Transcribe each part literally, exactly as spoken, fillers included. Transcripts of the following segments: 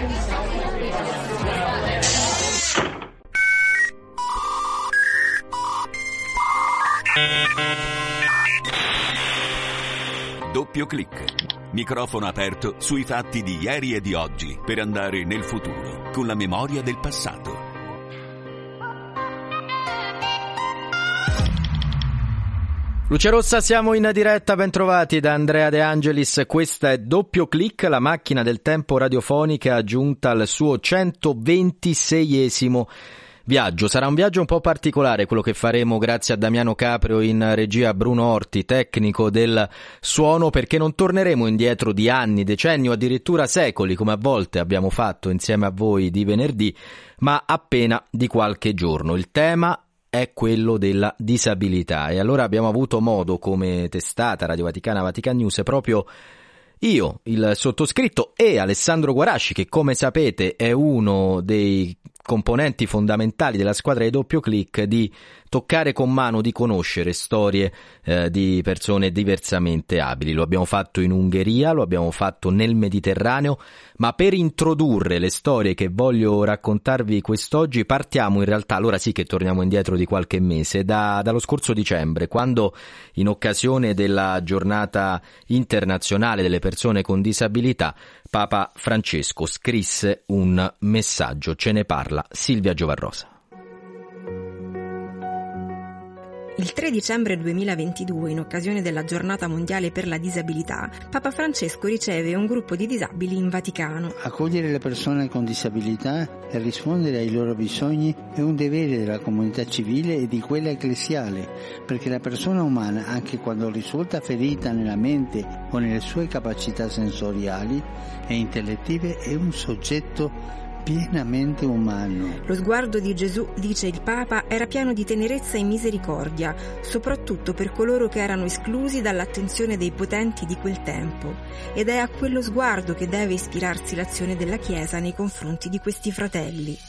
Doppio clic. Microfono aperto sui fatti di ieri e di oggi per andare nel futuro con la memoria del passato. Luce Rossa, siamo in diretta, bentrovati da Andrea De Angelis. Questa è Doppio Clic, la macchina del tempo radiofonica giunta al suo centoventiseiesimo viaggio. Sarà un viaggio un po' particolare quello che faremo grazie a Damiano Caprio, in regia Bruno Orti, tecnico del suono, perché non torneremo indietro di anni, decenni o addirittura secoli come a volte abbiamo fatto insieme a voi di venerdì, ma appena di qualche giorno. Il tema è quello della disabilità e allora abbiamo avuto modo, come testata Radio Vaticana Vatican News, proprio io, il sottoscritto e Alessandro Guarasci, che come sapete è uno dei componenti fondamentali della squadra di Doppio Clic, di toccare con mano, di conoscere storie eh, di persone diversamente abili. Lo abbiamo fatto in Ungheria, lo abbiamo fatto nel Mediterraneo, ma per introdurre le storie che voglio raccontarvi quest'oggi partiamo in realtà, allora sì che torniamo indietro di qualche mese, da, dallo scorso dicembre, quando in occasione della giornata internazionale delle persone con disabilità Papa Francesco scrisse un messaggio. Ce ne parla Silvia Giovarrosa. Il tre dicembre duemilaventidue, in occasione della Giornata Mondiale per la Disabilità, Papa Francesco riceve un gruppo di disabili in Vaticano. Accogliere le persone con disabilità e rispondere ai loro bisogni è un dovere della comunità civile e di quella ecclesiale, perché la persona umana, anche quando risulta ferita nella mente o nelle sue capacità sensoriali e intellettive, è un soggetto pienamente umano. Lo sguardo di Gesù, dice il Papa, era pieno di tenerezza e misericordia, soprattutto per coloro che erano esclusi dall'attenzione dei potenti di quel tempo. Ed è a quello sguardo che deve ispirarsi l'azione della Chiesa nei confronti di questi fratelli.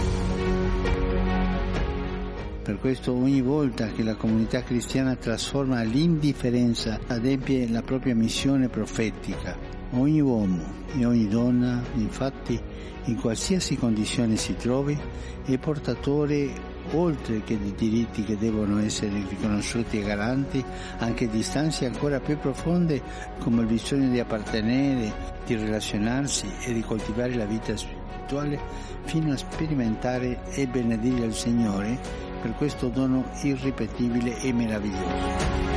Per questo ogni volta che la comunità cristiana trasforma l'indifferenza, adempie la propria missione profetica. Ogni uomo e ogni donna, infatti, in qualsiasi condizione si trovi, è portatore, oltre che di diritti che devono essere riconosciuti e garanti, anche di istanze ancora più profonde come il bisogno di appartenere, di relazionarsi e di coltivare la vita spirituale fino a sperimentare e benedire il Signore per questo dono irripetibile e meraviglioso.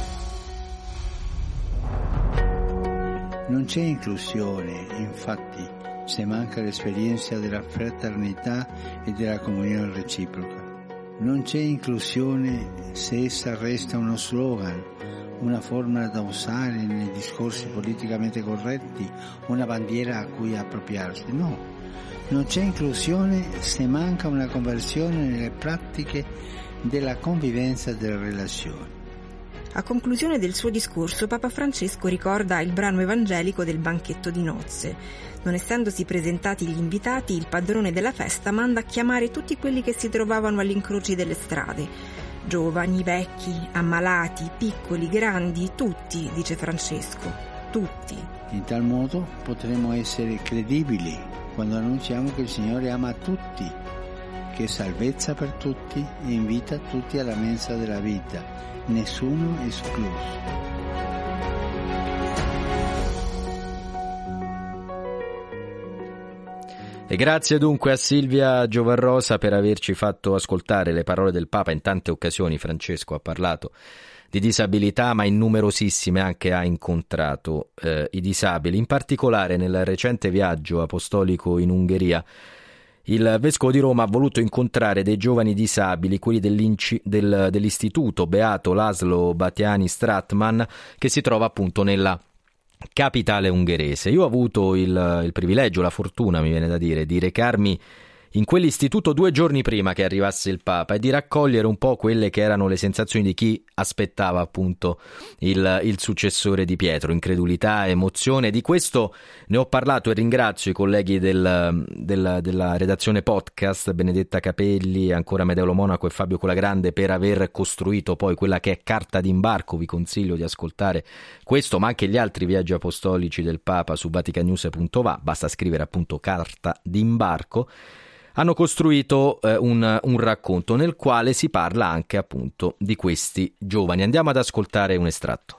Non c'è inclusione, infatti, se manca l'esperienza della fraternità e della comunione reciproca. Non c'è inclusione se essa resta uno slogan, una formula da usare nei discorsi politicamente corretti, una bandiera a cui appropriarsi. No, non c'è inclusione se manca una conversione nelle pratiche della convivenza e delle relazioni. A conclusione del suo discorso, Papa Francesco ricorda il brano evangelico del banchetto di nozze. Non essendosi presentati gli invitati, il padrone della festa manda a chiamare tutti quelli che si trovavano agli incroci delle strade. Giovani, vecchi, ammalati, piccoli, grandi, tutti, dice Francesco, tutti. In tal modo potremo essere credibili quando annunciamo che il Signore ama tutti, che è salvezza per tutti e invita tutti alla mensa della vita, nessuno escluso. E grazie dunque a Silvia Giovarrosa per averci fatto ascoltare le parole del Papa. In tante occasioni Francesco ha parlato di disabilità, ma in numerosissime anche ha incontrato eh, i disabili. In particolare nel recente viaggio apostolico in Ungheria il Vescovo di Roma ha voluto incontrare dei giovani disabili, quelli del, dell'istituto Beato Laszlo Batthyány Stratman, che si trova appunto nella capitale ungherese. Io ho avuto il, il privilegio, la fortuna mi viene da dire, di recarmi in quell'istituto due giorni prima che arrivasse il Papa e di raccogliere un po' quelle che erano le sensazioni di chi aspettava appunto il, il successore di Pietro, incredulità, emozione. Di questo ne ho parlato e ringrazio i colleghi del, del, della redazione podcast, Benedetta Capelli, ancora Medeo Monaco e Fabio Colagrande, per aver costruito poi quella che è Carta d'imbarco. Vi consiglio di ascoltare questo, ma anche gli altri viaggi apostolici del Papa su vaticanews punto va, basta scrivere appunto Carta d'imbarco. Hanno costruito eh, un, un racconto nel quale si parla anche appunto di questi giovani. Andiamo ad ascoltare un estratto.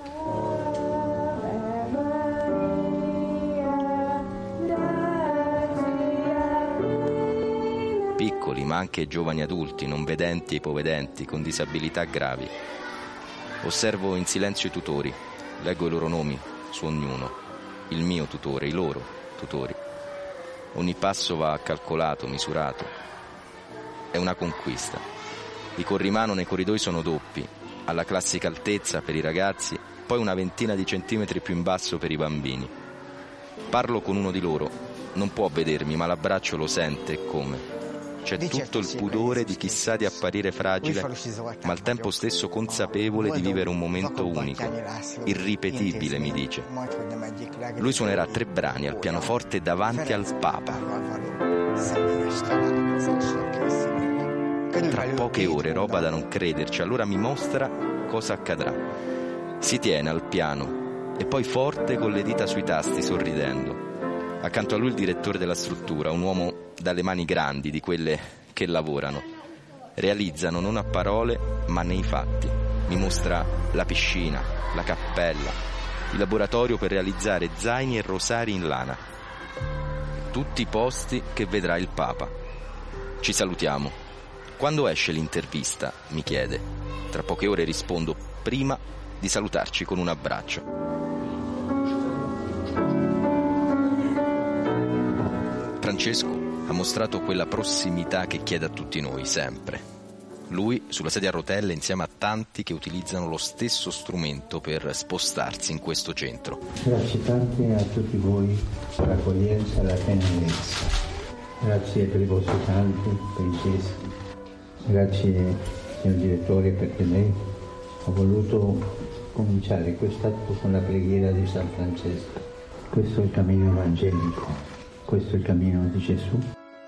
Piccoli, ma anche giovani adulti, non vedenti e ipovedenti, con disabilità gravi. Osservo in silenzio i tutori, leggo i loro nomi su ognuno, il mio tutore, i loro tutori. Ogni passo va calcolato, misurato. È una conquista. I corrimano nei corridoi sono doppi, alla classica altezza per i ragazzi, poi una ventina di centimetri più in basso per i bambini. Parlo con uno di loro, non può vedermi, ma l'abbraccio lo sente e come. C'è tutto il pudore di chi sa di apparire fragile, ma al tempo stesso consapevole di vivere un momento unico, irripetibile, mi dice. Lui suonerà tre brani al pianoforte davanti al Papa. Tra poche ore, roba da non crederci, allora mi mostra cosa accadrà. Si tiene al piano e poi forte con le dita sui tasti, sorridendo. Accanto a lui il direttore della struttura, un uomo dalle mani grandi, di quelle che lavorano. Realizzano non a parole, ma nei fatti. Mi mostra la piscina, la cappella, il laboratorio per realizzare zaini e rosari in lana. Tutti i posti che vedrà il Papa. Ci salutiamo. Quando esce l'intervista? Mi chiede. Tra poche ore rispondo, prima di salutarci con un abbraccio. Francesco ha mostrato quella prossimità che chiede a tutti noi, sempre. Lui sulla sedia a rotelle insieme a tanti che utilizzano lo stesso strumento per spostarsi in questo centro. Grazie tante a tutti voi per l'accoglienza e la tenerezza. Grazie per i vostri canti, per i gesti. Grazie, signor direttore, perché lei ha voluto cominciare quest'atto con la preghiera di San Francesco. Questo è il cammino evangelico. Questo è il cammino di Gesù.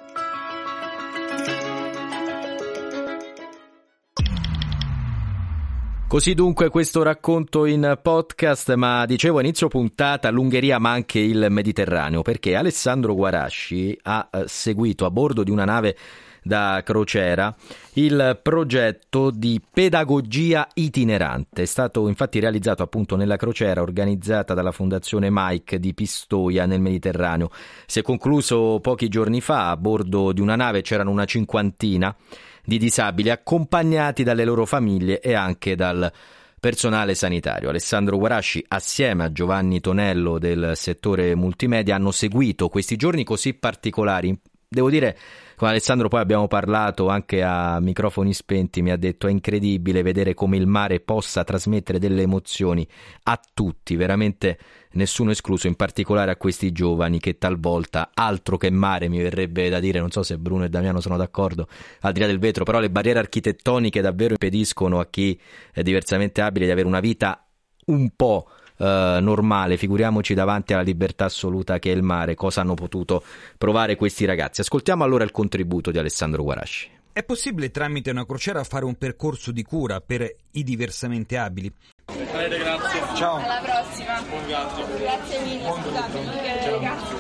Così dunque questo racconto in podcast, ma dicevo inizio puntata l'Ungheria ma anche il Mediterraneo, perché Alessandro Guarasci ha seguito a bordo di una nave da crociera il progetto di pedagogia itinerante. È stato infatti realizzato appunto nella crociera organizzata dalla Fondazione Mike di Pistoia nel Mediterraneo. Si è concluso pochi giorni fa. A bordo di una nave c'erano una cinquantina di disabili accompagnati dalle loro famiglie e anche dal personale sanitario. Alessandro Guarasci assieme a Giovanni Tonello del settore multimedia hanno seguito questi giorni così particolari. Devo dire, con Alessandro poi abbiamo parlato anche a microfoni spenti, mi ha detto è incredibile vedere come il mare possa trasmettere delle emozioni a tutti, veramente nessuno escluso, in particolare a questi giovani che talvolta, altro che mare mi verrebbe da dire, non so se Bruno e Damiano sono d'accordo, al di là del vetro, però le barriere architettoniche davvero impediscono a chi è diversamente abile di avere una vita un po' Uh, normale, figuriamoci davanti alla libertà assoluta che è il mare, cosa hanno potuto provare questi ragazzi. Ascoltiamo allora il contributo di Alessandro Guarasci. È possibile tramite una crociera fare un percorso di cura per i diversamente abili? Grazie. Ciao. Alla prossima. Buon viaggio. Grazie mille, scusate, ragazzi.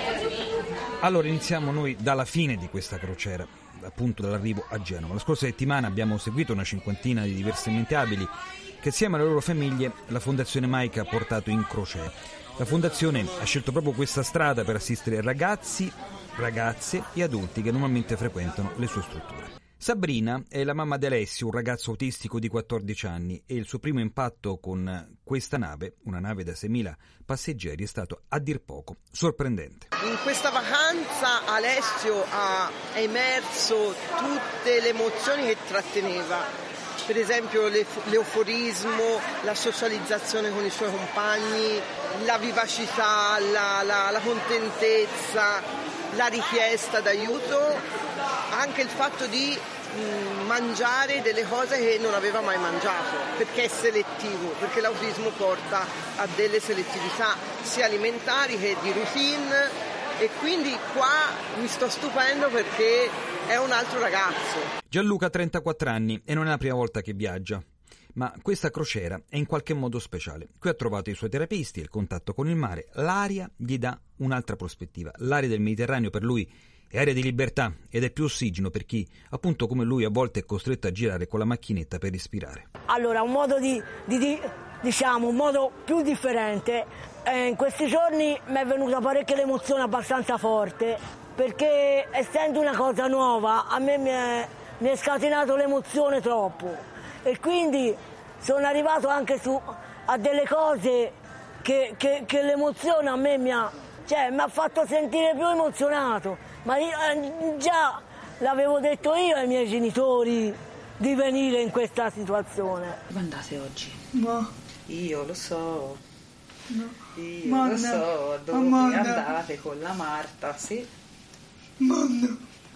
Allora iniziamo noi dalla fine di questa crociera, appunto dall'arrivo a Genova. La scorsa settimana abbiamo seguito una cinquantina di diversamente abili che assieme alle loro famiglie la Fondazione Mike ha portato in crociera. La Fondazione ha scelto proprio questa strada per assistere ragazzi, ragazze e adulti che normalmente frequentano le sue strutture. Sabrina è la mamma di Alessio, un ragazzo autistico di quattordici anni, e il suo primo impatto con questa nave, una nave da seimila passeggeri, è stato a dir poco sorprendente. In questa vacanza Alessio ha emerso tutte le emozioni che tratteneva. Per esempio l'euforismo, la socializzazione con i suoi compagni, la vivacità, la, la, la contentezza. la richiesta d'aiuto, anche il fatto di mh, mangiare delle cose che non aveva mai mangiato, perché è selettivo, perché l'autismo porta a delle selettività sia alimentari che di routine, e quindi qua mi sto stupendo perché è un altro ragazzo. Gianluca ha trentaquattro anni e non è la prima volta che viaggia. Ma questa crociera è in qualche modo speciale. Qui ha trovato i suoi terapisti, il contatto con il mare, l'aria gli dà un'altra prospettiva. L'aria del Mediterraneo per lui è aria di libertà ed è più ossigeno per chi, appunto come lui, a volte è costretto a girare con la macchinetta per respirare. Allora, un modo di, di, di diciamo, un modo più differente. Eh, in questi giorni mi è venuta parecchia l'emozione abbastanza forte, perché essendo una cosa nuova a me mi è, mi è scatenato l'emozione troppo, e quindi sono arrivato anche su a delle cose che, che, che l'emozione a me mi ha, cioè, mi ha fatto sentire più emozionato, ma io, eh, già l'avevo detto io ai miei genitori di venire in questa situazione. Dove andate oggi? No. Io lo so. No. Io Monna. lo so dove Monna. andate con la Marta, sì. Monna.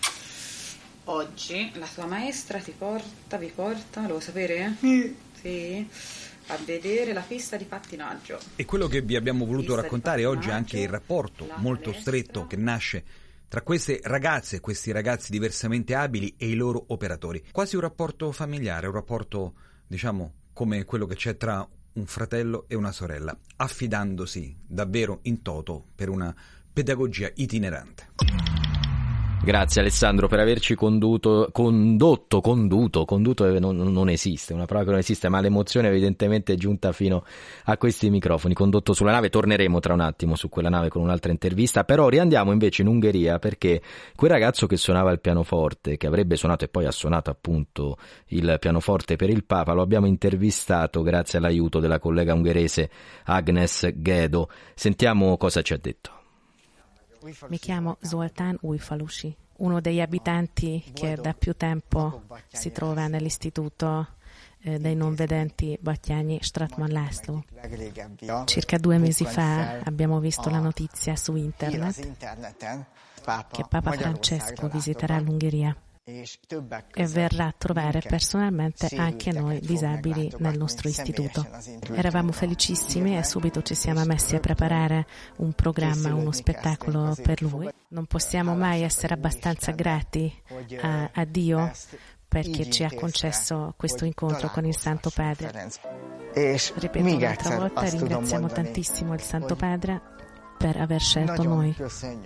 Oggi la tua maestra ti porta, vi porta, lo vuoi sapere? Sì. Sì. A vedere la pista di pattinaggio. E quello che vi abbiamo voluto Pista raccontare oggi è anche il rapporto molto palestra. stretto che nasce tra queste ragazze e questi ragazzi diversamente abili e i loro operatori. Quasi un rapporto familiare, un rapporto, diciamo, come quello che c'è tra un fratello e una sorella, affidandosi davvero in toto per una pedagogia itinerante. Grazie Alessandro per averci conduto, condotto, conduto, conduto non, non esiste, una parola che non esiste, ma l'emozione evidentemente è giunta fino a questi microfoni, condotto sulla nave. Torneremo tra un attimo su quella nave con un'altra intervista, però riandiamo invece in Ungheria, perché quel ragazzo che suonava il pianoforte, che avrebbe suonato e poi ha suonato appunto il pianoforte per il Papa, lo abbiamo intervistato grazie all'aiuto della collega ungherese Agnes Gedo. Sentiamo cosa ci ha detto. Mi chiamo Zoltán Újfalusi, uno degli abitanti che da più tempo si trova nell'istituto eh, dei non vedenti Batthyány Stratman László. Circa due mesi fa abbiamo visto la notizia su internet che Papa Francesco visiterà l'Ungheria e verrà a trovare personalmente anche noi disabili nel nostro istituto. Eravamo felicissimi e subito ci siamo messi a preparare un programma, uno spettacolo per lui. Non possiamo mai essere abbastanza grati a, a Dio perché ci ha concesso questo incontro con il Santo Padre. Ripeto un'altra volta, ringraziamo tantissimo il Santo Padre per aver scelto noi.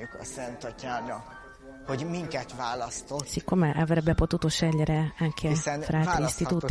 Siccome avrebbe potuto scegliere anche fra altri istituti,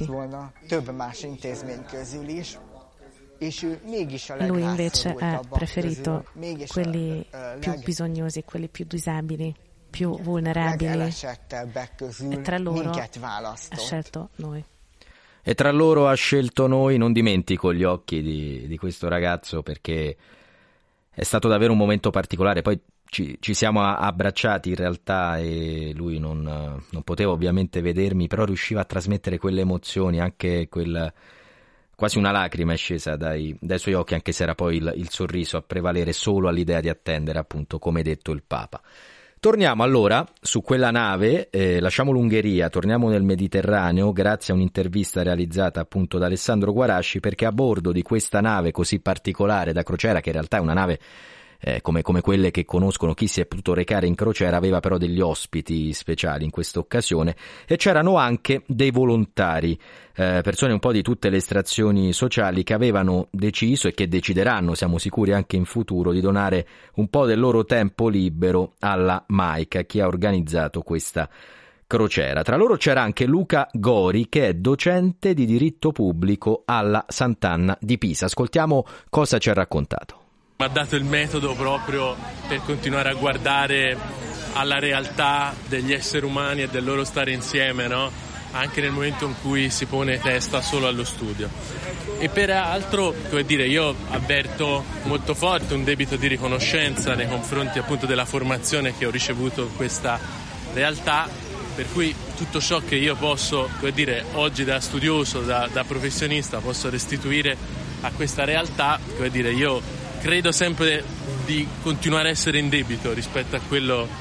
lui invece ha preferito quelli più bisognosi, quelli più disabili, più vulnerabili, e tra loro ha scelto noi. E tra loro ha scelto noi. Non dimentico gli occhi di, di questo ragazzo, perché è stato davvero un momento particolare. Poi Ci, ci siamo abbracciati in realtà e lui non, non poteva ovviamente vedermi, però riusciva a trasmettere quelle emozioni, anche quel, quasi una lacrima è scesa dai, dai suoi occhi, anche se era poi il, il sorriso a prevalere solo all'idea di attendere, appunto, come detto il Papa. Torniamo allora su quella nave, eh, lasciamo l'Ungheria, torniamo nel Mediterraneo grazie a un'intervista realizzata appunto da Alessandro Guarasci, perché a bordo di questa nave così particolare da crociera, che in realtà è una nave Eh, come, come quelle che conoscono chi si è potuto recare in crociera, aveva però degli ospiti speciali in questa occasione, e c'erano anche dei volontari, eh, persone un po' di tutte le estrazioni sociali, che avevano deciso e che decideranno, siamo sicuri anche in futuro, di donare un po' del loro tempo libero alla Maica, chi ha organizzato questa crociera. Tra loro c'era anche Luca Gori, che è docente di diritto pubblico alla Sant'Anna di Pisa. Ascoltiamo cosa ci ha raccontato. Mi ha dato il metodo proprio per continuare a guardare alla realtà degli esseri umani e del loro stare insieme, no? Anche nel momento in cui si pone testa solo allo studio. E peraltro, come dire, io avverto molto forte un debito di riconoscenza nei confronti appunto della formazione che ho ricevuto in questa realtà, per cui tutto ciò che io posso, come dire, oggi da studioso, da, da professionista posso restituire a questa realtà, come dire, io credo sempre di continuare a essere in debito rispetto a quello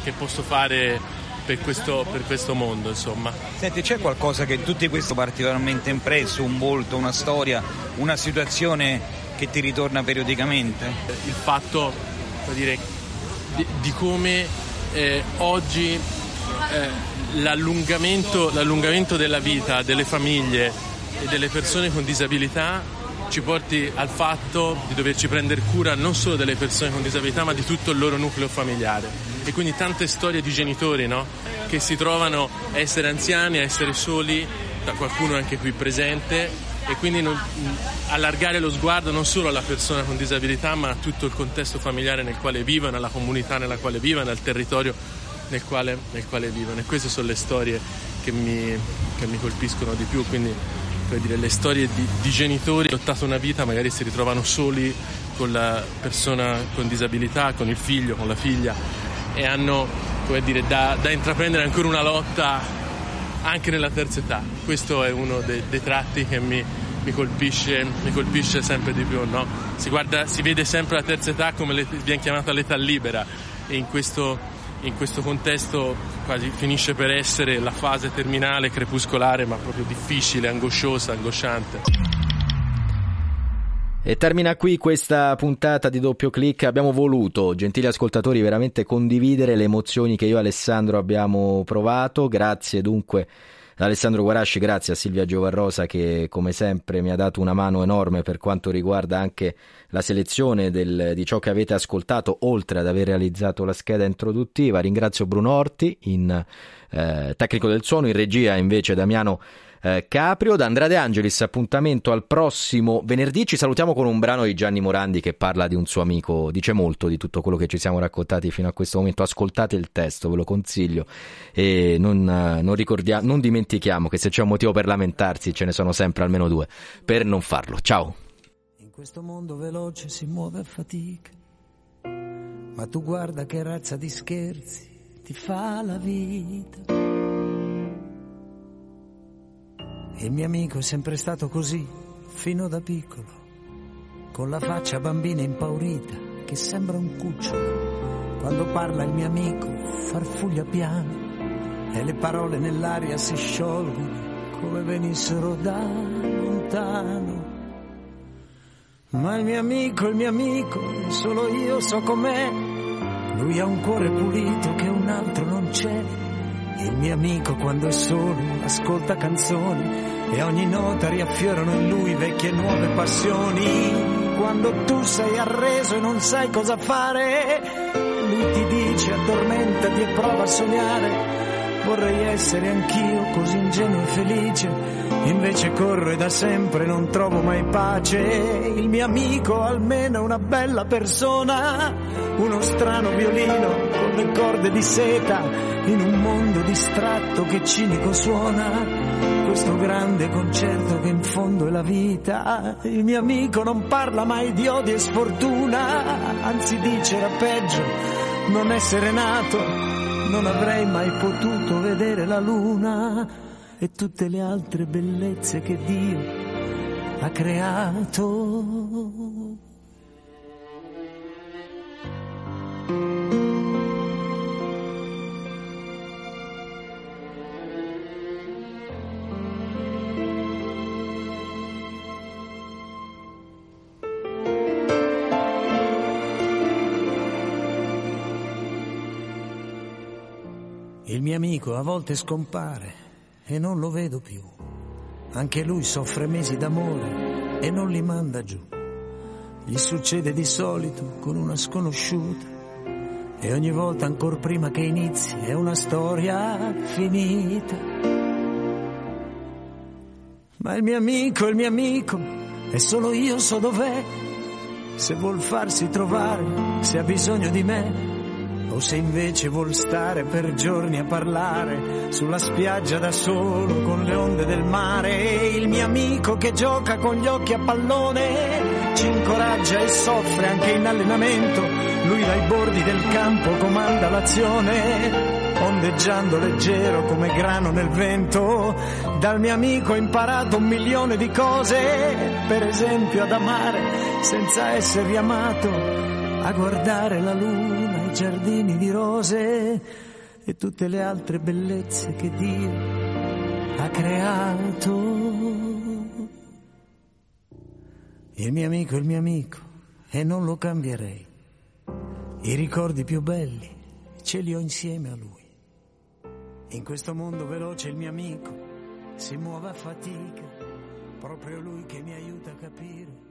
che posso fare per questo, per questo mondo, insomma. Senti, c'è qualcosa che tutti questo particolarmente impresso, un volto, una storia, una situazione che ti ritorna periodicamente? Il fatto, vuol dire, di, di come eh, oggi eh, l'allungamento, l'allungamento della vita delle famiglie e delle persone con disabilità ci porti al fatto di doverci prendere cura non solo delle persone con disabilità, ma di tutto il loro nucleo familiare. E quindi tante storie di genitori, no? Che si trovano a essere anziani, a essere soli, da qualcuno anche qui presente, e quindi non, allargare lo sguardo non solo alla persona con disabilità, ma a tutto il contesto familiare nel quale vivono, alla comunità nella quale vivono, al territorio nel quale, nel quale vivono. E queste sono le storie che mi, che mi colpiscono di più. Quindi, per dire, le storie di, di genitori che hanno lottato una vita, magari si ritrovano soli con la persona con disabilità, con il figlio, con la figlia, e hanno, come dire, da, da intraprendere ancora una lotta anche nella terza età. Questo è uno dei, dei tratti che mi, mi colpisce mi colpisce sempre di più, no? Si guarda, si vede sempre la terza età come le, viene chiamata l'età libera, e in questo in questo contesto quasi finisce per essere la fase terminale, crepuscolare, ma proprio difficile, angosciosa, angosciante. E termina qui questa puntata di Doppio Clic. Abbiamo voluto, gentili ascoltatori, veramente condividere le emozioni che io e Alessandro abbiamo provato. Grazie dunque ad Alessandro Guarasci, grazie a Silvia Giovarrosa che come sempre mi ha dato una mano enorme per quanto riguarda anche la selezione del, di ciò che avete ascoltato, oltre ad aver realizzato la scheda introduttiva. Ringrazio Bruno Orti, in eh, tecnico del suono, in regia invece Damiano eh, Caprio. Da Andrea De Angelis, appuntamento al prossimo venerdì. Ci salutiamo con un brano di Gianni Morandi che parla di un suo amico, dice molto di tutto quello che ci siamo raccontati fino a questo momento. Ascoltate il testo, ve lo consiglio, e non, non, ricordia- non dimentichiamo che se c'è un motivo per lamentarsi ce ne sono sempre almeno due per non farlo. Ciao. In questo mondo veloce si muove a fatica, ma tu guarda che razza di scherzi ti fa la vita. Il mio amico è sempre stato così, fino da piccolo, con la faccia bambina impaurita che sembra un cucciolo. Quando parla il mio amico farfuglia piano e le parole nell'aria si sciolgono come venissero da lontano. Ma il mio amico, il mio amico, solo io so com'è. Lui ha un cuore pulito che un altro non c'è. Il mio amico quando è solo ascolta canzoni e ogni nota riaffiorano in lui vecchie e nuove passioni. Quando tu sei arreso e non sai cosa fare, lui ti dice addormentati e prova a sognare. Vorrei essere anch'io così ingenuo e felice, invece corro e da sempre non trovo mai pace. Il mio amico almeno è una bella persona, uno strano violino con le corde di seta, in un mondo distratto che cinico suona questo grande concerto che in fondo è la vita. Il mio amico non parla mai di odio e sfortuna, anzi dice era peggio non essere nato. Non avrei mai potuto vedere la luna e tutte le altre bellezze che Dio ha creato. Il mio amico a volte scompare e non lo vedo più. Anche lui soffre mesi d'amore e non li manda giù. Gli succede di solito con una sconosciuta e ogni volta ancor prima che inizi è una storia finita. Ma il mio amico, il mio amico, e solo io so dov'è. Se vuol farsi trovare, se ha bisogno di me, o se invece vuol stare per giorni a parlare sulla spiaggia da solo con le onde del mare. Il mio amico che gioca con gli occhi a pallone ci incoraggia e soffre anche in allenamento. Lui dai bordi del campo comanda l'azione, ondeggiando leggero come grano nel vento. Dal mio amico ho imparato un milione di cose, per esempio ad amare senza essere amato, a guardare la luna, i giardini di rose e tutte le altre bellezze che Dio ha creato. Il mio amico è il mio amico e non lo cambierei. I ricordi più belli ce li ho insieme a lui. In questo mondo veloce il mio amico si muove a fatica, proprio lui che mi aiuta a capire